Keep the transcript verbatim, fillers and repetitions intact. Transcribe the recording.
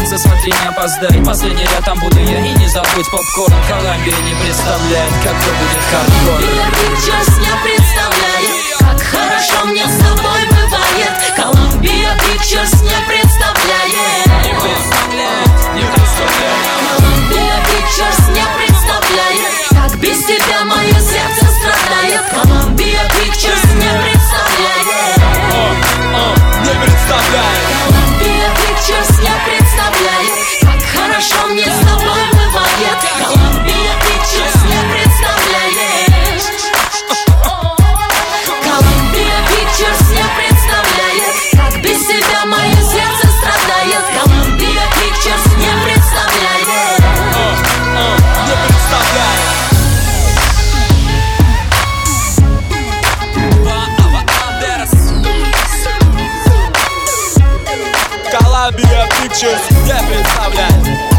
танце, смотри, не опоздай. Последний ряд, там буду я, и не забудь попкорн. Колумбия не представляет, какой будет хардкор. Columbia Pictures не представляет, как хорошо мне с тобой бывает. Columbia Pictures не представляет, Не представляет, не представляет. Columbia Pictures не представляет, как без тебя мое сердце страдает. Columbia Pictures не представляет, Не представляет. Columbia Pictures не представляет, как хорошо мне с тобой бывает. Columbia Pictures не представляет, Columbia Pictures не представляет, как без тебя мое сердце страдает. Columbia Pictures не представляет. Не представляет. Columbia Pictures не представляет.